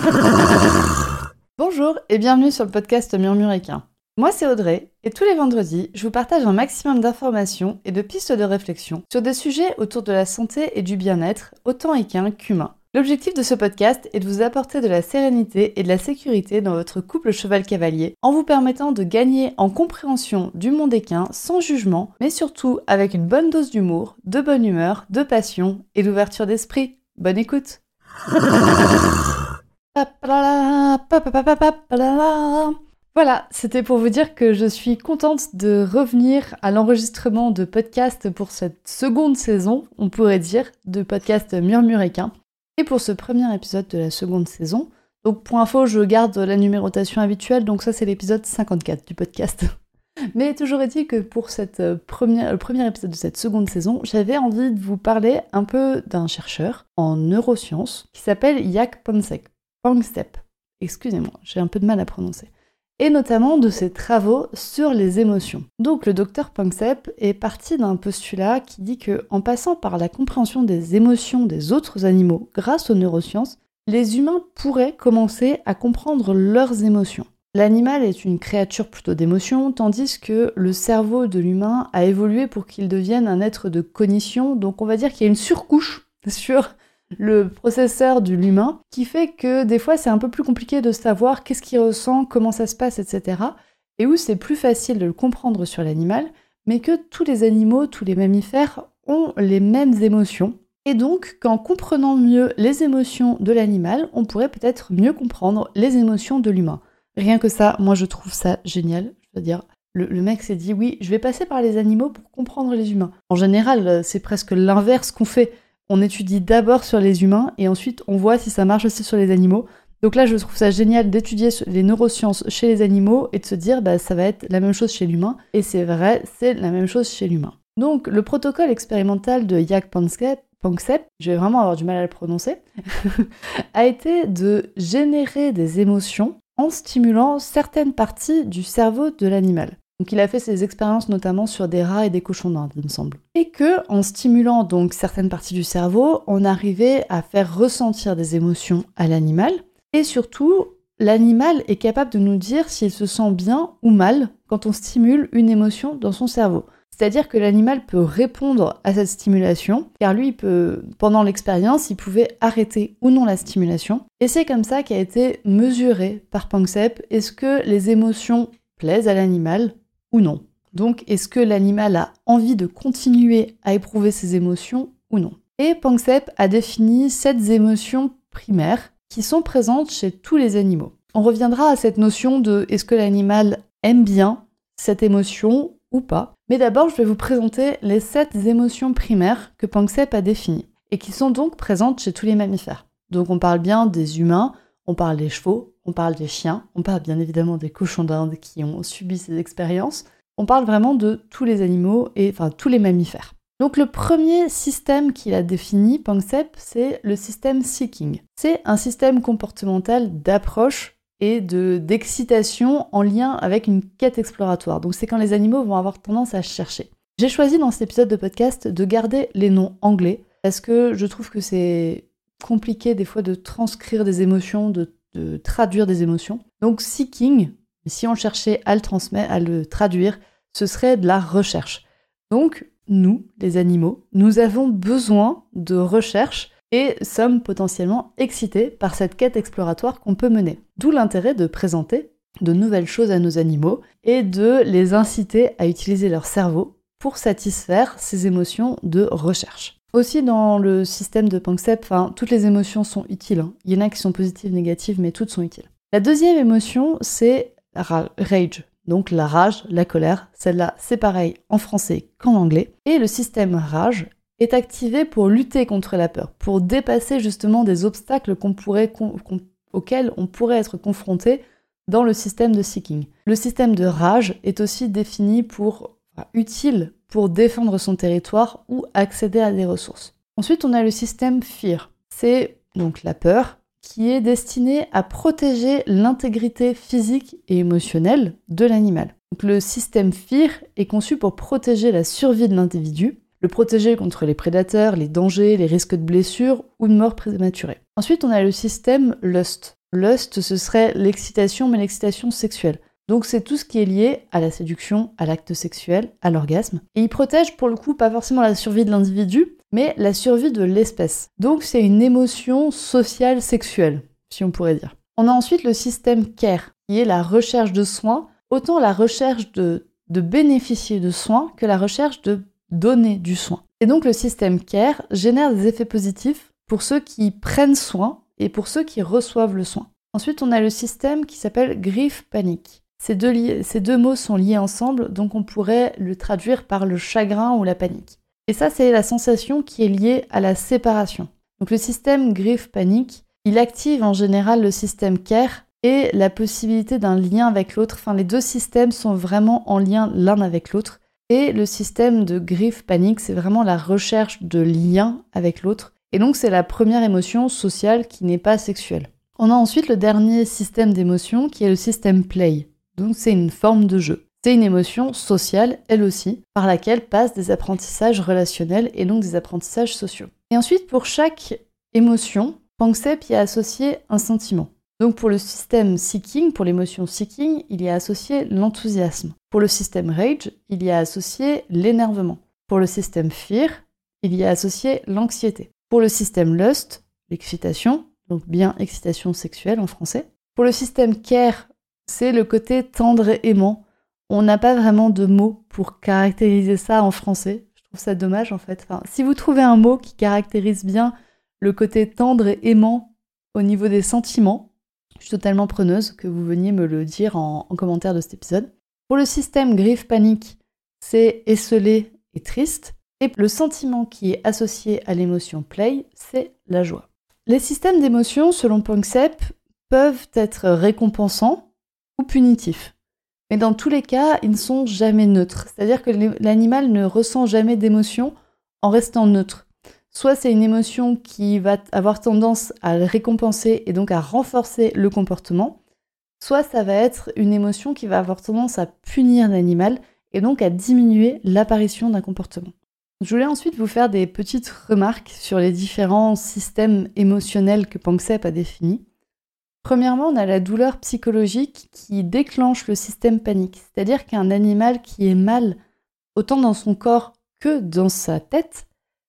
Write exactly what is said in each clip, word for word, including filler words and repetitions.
Bonjour et bienvenue sur le podcast Murmuréquin. Moi c'est Audrey et tous les vendredis, je vous partage un maximum d'informations et de pistes de réflexion sur des sujets autour de la santé et du bien-être, autant équin qu'humain. L'objectif de ce podcast est de vous apporter de la sérénité et de la sécurité dans votre couple cheval-cavalier en vous permettant de gagner en compréhension du monde équin sans jugement, mais surtout avec une bonne dose d'humour, de bonne humeur, de passion et d'ouverture d'esprit. Bonne écoute! Voilà, c'était pour vous dire que je suis contente de revenir à l'enregistrement de podcast pour cette seconde saison, on pourrait dire, de podcast Murmuréquin. Et pour ce premier épisode de la seconde saison, donc pour info, je garde la numérotation habituelle, donc ça c'est l'épisode cinquante-quatre du podcast. Mais toujours est-il que pour cette première, le premier épisode de cette seconde saison, j'avais envie de vous parler un peu d'un chercheur en neurosciences qui s'appelle Jaak Panksepp. Excusez-moi, j'ai un peu de mal à prononcer. Et notamment de ses travaux sur les émotions. Donc le docteur Panksepp est parti d'un postulat qui dit que en passant par la compréhension des émotions des autres animaux grâce aux neurosciences, les humains pourraient commencer à comprendre leurs émotions. L'animal est une créature plutôt d'émotions, tandis que le cerveau de l'humain a évolué pour qu'il devienne un être de cognition, donc on va dire qu'il y a une surcouche sur le processeur de l'humain, qui fait que des fois c'est un peu plus compliqué de savoir qu'est-ce qu'il ressent, comment ça se passe, et cetera. Et où c'est plus facile de le comprendre sur l'animal, mais que tous les animaux, tous les mammifères ont les mêmes émotions. Et donc, qu'en comprenant mieux les émotions de l'animal, on pourrait peut-être mieux comprendre les émotions de l'humain. Rien que ça, moi je trouve ça génial. Je veux dire, le, le mec s'est dit, oui, je vais passer par les animaux pour comprendre les humains. En général, c'est presque l'inverse qu'on fait. On étudie d'abord sur les humains et ensuite on voit si ça marche aussi sur les animaux. Donc là, je trouve ça génial d'étudier les neurosciences chez les animaux et de se dire bah ça va être la même chose chez l'humain. Et c'est vrai, c'est la même chose chez l'humain. Donc le protocole expérimental de Jaak Panksepp, je vais vraiment avoir du mal à le prononcer, a été de générer des émotions en stimulant certaines parties du cerveau de l'animal. Donc il a fait ses expériences notamment sur des rats et des cochons d'Inde, il me semble. Et que, en stimulant donc certaines parties du cerveau, on arrivait à faire ressentir des émotions à l'animal. Et surtout, l'animal est capable de nous dire s'il se sent bien ou mal quand on stimule une émotion dans son cerveau. C'est-à-dire que l'animal peut répondre à cette stimulation, car lui, il peut, pendant l'expérience, il pouvait arrêter ou non la stimulation. Et c'est comme ça qu'a été mesuré par Panksepp, est-ce que les émotions plaisent à l'animal ou non. Donc, est-ce que l'animal a envie de continuer à éprouver ses émotions ou non. Et Panksepp a défini sept émotions primaires qui sont présentes chez tous les animaux. On reviendra à cette notion de est-ce que l'animal aime bien cette émotion ou pas. Mais d'abord, je vais vous présenter les sept émotions primaires que Panksepp a définies et qui sont donc présentes chez tous les mammifères. Donc on parle bien des humains, on parle des chevaux, on parle des chiens, on parle bien évidemment des cochons d'Inde qui ont subi ces expériences. On parle vraiment de tous les animaux et enfin tous les mammifères. Donc le premier système qu'il a défini, Panksepp, c'est le système seeking. C'est un système comportemental d'approche et de, d'excitation en lien avec une quête exploratoire. Donc c'est quand les animaux vont avoir tendance à chercher. J'ai choisi dans cet épisode de podcast de garder les noms anglais parce que je trouve que c'est compliqué des fois de transcrire des émotions, de, de traduire des émotions. Donc seeking, si on cherchait à le transmettre, à le traduire, ce serait de la recherche. Donc nous, les animaux, nous avons besoin de recherche et sommes potentiellement excités par cette quête exploratoire qu'on peut mener. D'où l'intérêt de présenter de nouvelles choses à nos animaux et de les inciter à utiliser leur cerveau pour satisfaire ces émotions de recherche. Aussi dans le système de Panksepp, enfin, toutes les émotions sont utiles. Hein. Il y en a qui sont positives, négatives, mais toutes sont utiles. La deuxième émotion, c'est ra- rage. Donc la rage, la colère. Celle-là, c'est pareil en français qu'en anglais. Et le système rage est activé pour lutter contre la peur, pour dépasser justement des obstacles qu'on pourrait, qu'on, auxquels on pourrait être confronté dans le système de seeking. Le système de rage est aussi défini pour enfin, utile pour défendre son territoire ou accéder à des ressources. Ensuite, on a le système fear. C'est donc la peur qui est destiné à protéger l'intégrité physique et émotionnelle de l'animal. Donc le système fear est conçu pour protéger la survie de l'individu, le protéger contre les prédateurs, les dangers, les risques de blessures ou de mort prématurée. Ensuite, on a le système lust. Lust, ce serait l'excitation, mais l'excitation sexuelle. Donc c'est tout ce qui est lié à la séduction, à l'acte sexuel, à l'orgasme. Et il protège pour le coup pas forcément la survie de l'individu, mais la survie de l'espèce. Donc c'est une émotion sociale sexuelle, si on pourrait dire. On a ensuite le système care, qui est la recherche de soins, autant la recherche de, de bénéficier de soins que la recherche de donner du soin. Et donc le système care génère des effets positifs pour ceux qui prennent soin et pour ceux qui reçoivent le soin. Ensuite, on a le système qui s'appelle grief panique. Ces deux, li- ces deux mots sont liés ensemble, donc on pourrait le traduire par le chagrin ou la panique. Et ça, c'est la sensation qui est liée à la séparation. Donc le système grief panique, il active en général le système care et la possibilité d'un lien avec l'autre. Enfin, les deux systèmes sont vraiment en lien l'un avec l'autre. Et le système de grief panique, c'est vraiment la recherche de lien avec l'autre. Et donc, c'est la première émotion sociale qui n'est pas sexuelle. On a ensuite le dernier système d'émotion qui est le système play. Donc c'est une forme de jeu. C'est une émotion sociale, elle aussi, par laquelle passent des apprentissages relationnels et donc des apprentissages sociaux. Et ensuite, pour chaque émotion, Panksepp y a associé un sentiment. Donc pour le système seeking, pour l'émotion seeking, il y a associé l'enthousiasme. Pour le système rage, il y a associé l'énervement. Pour le système fear, il y a associé l'anxiété. Pour le système lust, l'excitation, donc bien excitation sexuelle en français. Pour le système care, c'est le côté tendre et aimant. On n'a pas vraiment de mots pour caractériser ça en français. Je trouve ça dommage en fait. Enfin, si vous trouvez un mot qui caractérise bien le côté tendre et aimant au niveau des sentiments, je suis totalement preneuse que vous veniez me le dire en, en commentaire de cet épisode. Pour le système grief panique, c'est esselé et triste. Et le sentiment qui est associé à l'émotion play, c'est la joie. Les systèmes d'émotions, selon Panksepp, peuvent être récompensants ou punitifs. Mais dans tous les cas, ils ne sont jamais neutres. C'est-à-dire que l'animal ne ressent jamais d'émotion en restant neutre. Soit c'est une émotion qui va avoir tendance à le récompenser et donc à renforcer le comportement, soit ça va être une émotion qui va avoir tendance à punir l'animal et donc à diminuer l'apparition d'un comportement. Je voulais ensuite vous faire des petites remarques sur les différents systèmes émotionnels que Panksepp a définis. Premièrement, on a la douleur psychologique qui déclenche le système panique, c'est-à-dire qu'un animal qui est mal autant dans son corps que dans sa tête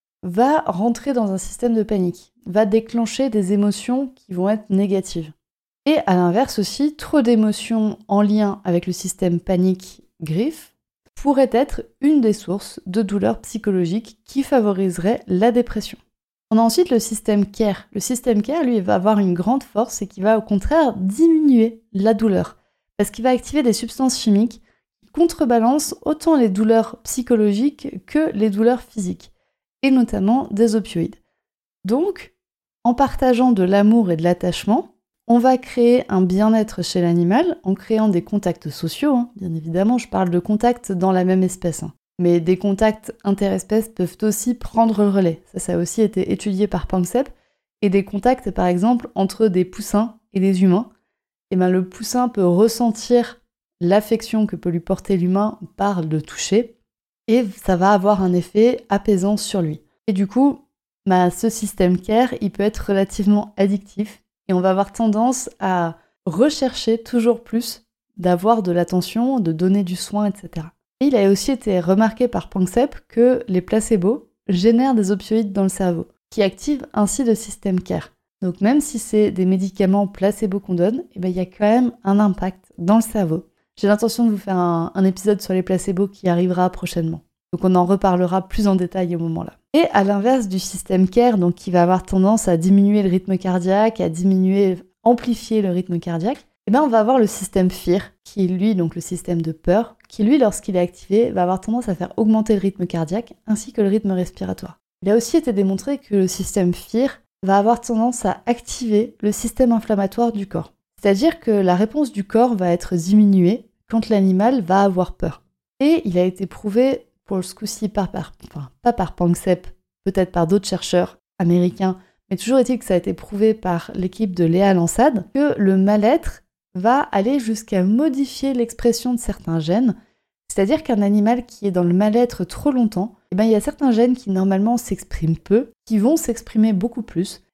va rentrer dans un système de panique, va déclencher des émotions qui vont être négatives. Et à l'inverse aussi, trop d'émotions en lien avec le système panique-grief pourrait être une des sources de douleurs psychologiques qui favoriserait la dépression. On a ensuite le système care. Le système care, lui, va avoir une grande force et qui va au contraire diminuer la douleur. Parce qu'il va activer des substances chimiques qui contrebalancent autant les douleurs psychologiques que les douleurs physiques, et notamment des opioïdes. Donc, en partageant de l'amour et de l'attachement, on va créer un bien-être chez l'animal en créant des contacts sociaux. Hein. Bien évidemment, je parle de contacts dans la même espèce. Hein. Mais des contacts interespèces peuvent aussi prendre le relais. Ça, ça a aussi été étudié par Panksepp. Et des contacts, par exemple, entre des poussins et des humains. Et ben, le poussin peut ressentir l'affection que peut lui porter l'humain par le toucher. Et ça va avoir un effet apaisant sur lui. Et du coup, bah, ce système care, il peut être relativement addictif. Et on va avoir tendance à rechercher toujours plus d'avoir de l'attention, de donner du soin, et cetera. Et il a aussi été remarqué par Panksepp que les placebos génèrent des opioïdes dans le cerveau, qui activent ainsi le système care. Donc même si c'est des médicaments placebo qu'on donne, eh ben, il y a quand même un impact dans le cerveau. J'ai l'intention de vous faire un, un épisode sur les placebos qui arrivera prochainement. Donc on en reparlera plus en détail au moment là. Et à l'inverse du système care, donc qui va avoir tendance à diminuer le rythme cardiaque, à diminuer, amplifier le rythme cardiaque, eh ben on va avoir le système fear, qui est lui, donc le système de peur, qui lui, lorsqu'il est activé, va avoir tendance à faire augmenter le rythme cardiaque ainsi que le rythme respiratoire. Il a aussi été démontré que le système fear va avoir tendance à activer le système inflammatoire du corps. C'est-à-dire que la réponse du corps va être diminuée quand l'animal va avoir peur. Et il a été prouvé, pour ce coup-ci, par, par, enfin, pas par Panksepp, peut-être par d'autres chercheurs américains, mais toujours est-il que ça a été prouvé par l'équipe de Léa Lansade, que le mal-être va aller jusqu'à modifier l'expression de certains gènes. C'est-à-dire qu'un animal qui est dans le mal-être trop longtemps, eh ben, il y a certains gènes qui normalement s'expriment peu, qui vont s'exprimer beaucoup plus.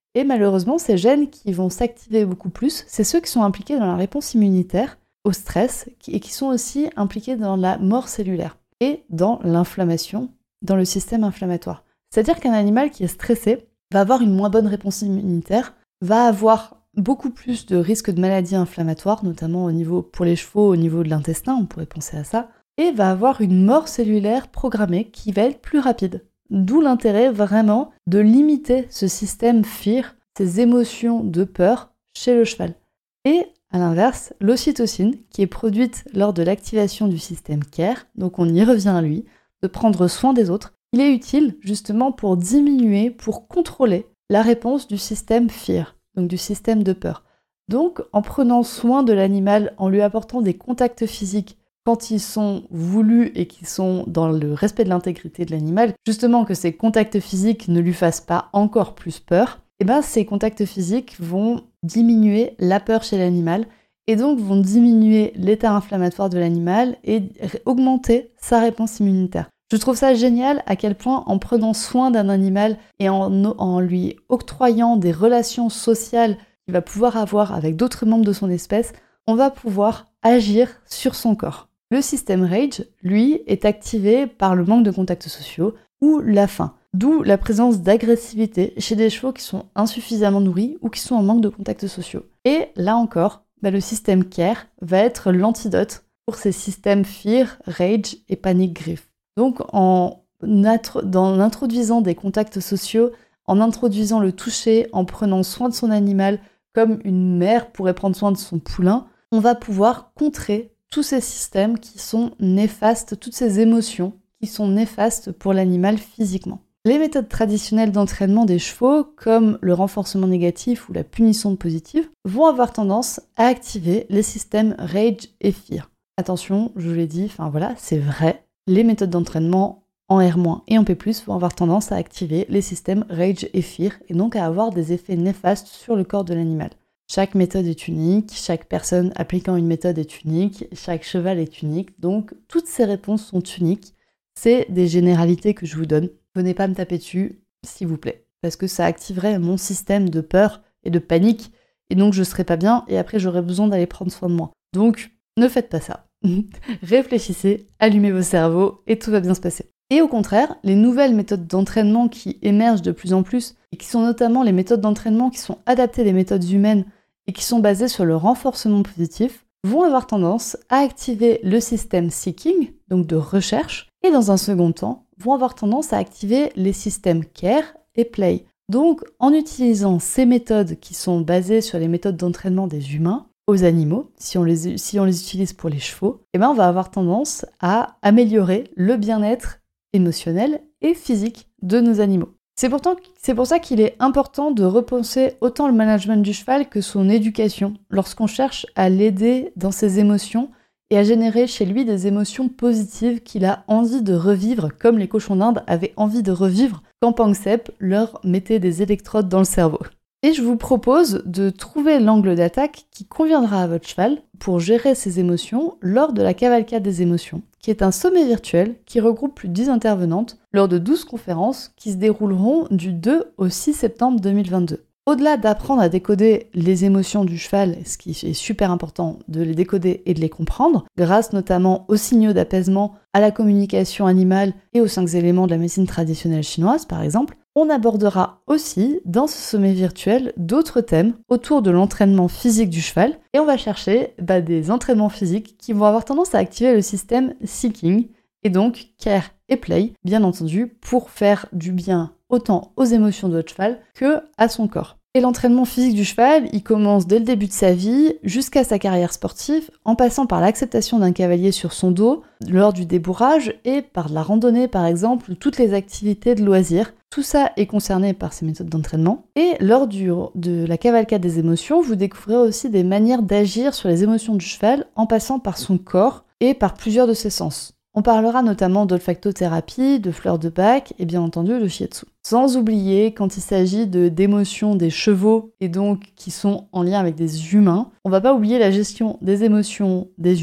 Et malheureusement, ces gènes qui vont s'activer beaucoup plus, c'est ceux qui sont impliqués dans la réponse immunitaire au stress et qui sont aussi impliqués dans la mort cellulaire et dans l'inflammation, dans le système inflammatoire. C'est-à-dire qu'un animal qui est stressé va avoir une moins bonne réponse immunitaire, va avoir beaucoup plus de risques de maladies inflammatoires, notamment au niveau, pour les chevaux, au niveau de l'intestin, on pourrait penser à ça, et va avoir une mort cellulaire programmée qui va être plus rapide. D'où l'intérêt vraiment de limiter ce système fear, ces émotions de peur chez le cheval. Et à l'inverse, l'ocytocine, qui est produite lors de l'activation du système care, donc on y revient à lui, de prendre soin des autres, il est utile justement pour diminuer, pour contrôler la réponse du système fear, donc du système de peur. Donc en prenant soin de l'animal, en lui apportant des contacts physiques quand ils sont voulus et qui sont dans le respect de l'intégrité de l'animal, justement que ces contacts physiques ne lui fassent pas encore plus peur, et ben ces contacts physiques vont diminuer la peur chez l'animal et donc vont diminuer l'état inflammatoire de l'animal et augmenter sa réponse immunitaire. Je trouve ça génial à quel point en prenant soin d'un animal et en, en lui octroyant des relations sociales qu'il va pouvoir avoir avec d'autres membres de son espèce, on va pouvoir agir sur son corps. Le système rage, lui, est activé par le manque de contacts sociaux ou la faim, d'où la présence d'agressivité chez des chevaux qui sont insuffisamment nourris ou qui sont en manque de contacts sociaux. Et là encore, bah, le système care va être l'antidote pour ces systèmes fear, rage et panic grief. Donc en, en introduisant des contacts sociaux, en introduisant le toucher, en prenant soin de son animal comme une mère pourrait prendre soin de son poulain, on va pouvoir contrer tous ces systèmes qui sont néfastes, toutes ces émotions qui sont néfastes pour l'animal physiquement. Les méthodes traditionnelles d'entraînement des chevaux, comme le renforcement négatif ou la punition positive, vont avoir tendance à activer les systèmes rage et fear. Attention, je vous l'ai dit, enfin voilà, c'est vrai, les méthodes d'entraînement en R- et en P plus, vont avoir tendance à activer les systèmes rage et fear et donc à avoir des effets néfastes sur le corps de l'animal. Chaque méthode est unique, chaque personne appliquant une méthode est unique, chaque cheval est unique, donc toutes ces réponses sont uniques. C'est des généralités que je vous donne. Venez pas me taper dessus, s'il vous plaît, parce que ça activerait mon système de peur et de panique, et donc je serais pas bien, et après j'aurais besoin d'aller prendre soin de moi. Donc, ne faites pas ça. Réfléchissez, allumez vos cerveaux, et tout va bien se passer. Et au contraire, les nouvelles méthodes d'entraînement qui émergent de plus en plus, et qui sont notamment les méthodes d'entraînement qui sont adaptées des méthodes humaines, et qui sont basées sur le renforcement positif, vont avoir tendance à activer le système seeking, donc de recherche, et dans un second temps, vont avoir tendance à activer les systèmes care et play. Donc, en utilisant ces méthodes qui sont basées sur les méthodes d'entraînement des humains aux animaux, si on les, si on les utilise pour les chevaux, eh ben on va avoir tendance à améliorer le bien-être émotionnel et physique de nos animaux. C'est, pourtant, c'est pour ça qu'il est important de repenser autant le management du cheval que son éducation lorsqu'on cherche à l'aider dans ses émotions et à générer chez lui des émotions positives qu'il a envie de revivre, comme les cochons d'Inde avaient envie de revivre quand Panksepp leur mettait des électrodes dans le cerveau. Et je vous propose de trouver l'angle d'attaque qui conviendra à votre cheval pour gérer ses émotions lors de la cavalcade des émotions, qui est un sommet virtuel qui regroupe plus de dix intervenantes lors de douze conférences qui se dérouleront du deux au six septembre deux mille vingt-deux. Au-delà d'apprendre à décoder les émotions du cheval, ce qui est super important de les décoder et de les comprendre, grâce notamment aux signaux d'apaisement, à la communication animale et aux cinq éléments de la médecine traditionnelle chinoise par exemple, on abordera aussi dans ce sommet virtuel d'autres thèmes autour de l'entraînement physique du cheval et on va chercher bah, des entraînements physiques qui vont avoir tendance à activer le système seeking et donc care et play, bien entendu, pour faire du bien autant aux émotions de votre cheval que à son corps. Et l'entraînement physique du cheval, il commence dès le début de sa vie jusqu'à sa carrière sportive, en passant par l'acceptation d'un cavalier sur son dos lors du débourrage et par la randonnée par exemple, ou toutes les activités de loisirs. Tout ça est concerné par ces méthodes d'entraînement. Et lors du, de la cavalcade des émotions, vous découvrirez aussi des manières d'agir sur les émotions du cheval en passant par son corps et par plusieurs de ses sens. On parlera notamment d'olfactothérapie, de fleurs de bac et bien entendu de shiatsu. Sans oublier, quand il s'agit de, d'émotions des chevaux et donc qui sont en lien avec des humains, on va pas oublier la gestion des émotions des humains,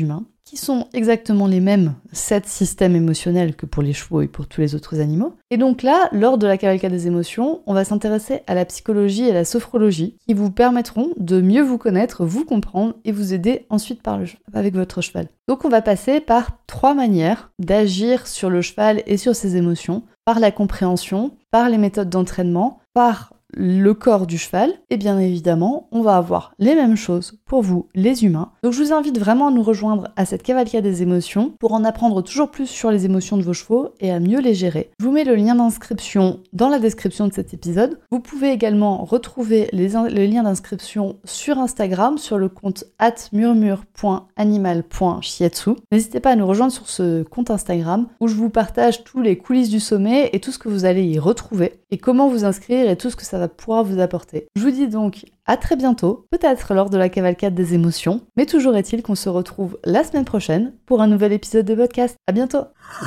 qui sont exactement les mêmes sept systèmes émotionnels que pour les chevaux et pour tous les autres animaux. Et donc là, lors de la cavalcade des émotions, on va s'intéresser à la psychologie et à la sophrologie qui vous permettront de mieux vous connaître, vous comprendre et vous aider ensuite par le, avec votre cheval. Donc on va passer par trois manières d'agir sur le cheval et sur ses émotions, par la compréhension, par les méthodes d'entraînement, par le corps du cheval, et bien évidemment, on va avoir les mêmes choses pour vous, les humains. Donc je vous invite vraiment à nous rejoindre à cette cavalcade des émotions pour en apprendre toujours plus sur les émotions de vos chevaux et à mieux les gérer. Je vous mets le lien d'inscription dans la description de cet épisode. Vous pouvez également retrouver les, in- les liens d'inscription sur Instagram, sur le compte arobase murmure point animal point shiatsu. N'hésitez pas à nous rejoindre sur ce compte Instagram où je vous partage tous les coulisses du sommet et tout ce que vous allez y retrouver et comment vous inscrire et tout ce que ça va pouvoir vous apporter. Je vous dis donc à très bientôt, peut-être lors de la cavalcade des émotions, mais toujours est-il qu'on se retrouve la semaine prochaine pour un nouvel épisode de podcast. À bientôt.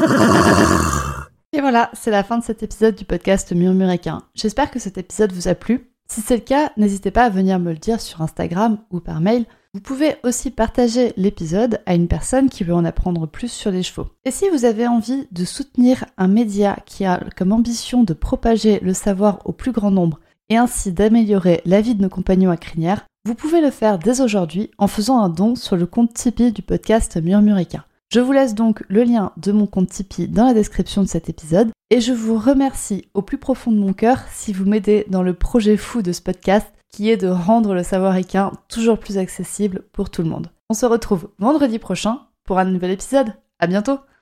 Et voilà, c'est la fin de cet épisode du podcast Murmuréquin. J'espère que cet épisode vous a plu. Si c'est le cas, n'hésitez pas à venir me le dire sur Instagram ou par mail. Vous pouvez aussi partager l'épisode à une personne qui veut en apprendre plus sur les chevaux. Et si vous avez envie de soutenir un média qui a comme ambition de propager le savoir au plus grand nombre et ainsi d'améliorer la vie de nos compagnons à crinière, vous pouvez le faire dès aujourd'hui en faisant un don sur le compte Tipeee du podcast Murmuréquin. Je vous laisse donc le lien de mon compte Tipeee dans la description de cet épisode et je vous remercie au plus profond de mon cœur si vous m'aidez dans le projet fou de ce podcast qui est de rendre le savoir équin toujours plus accessible pour tout le monde. On se retrouve vendredi prochain pour un nouvel épisode. À bientôt!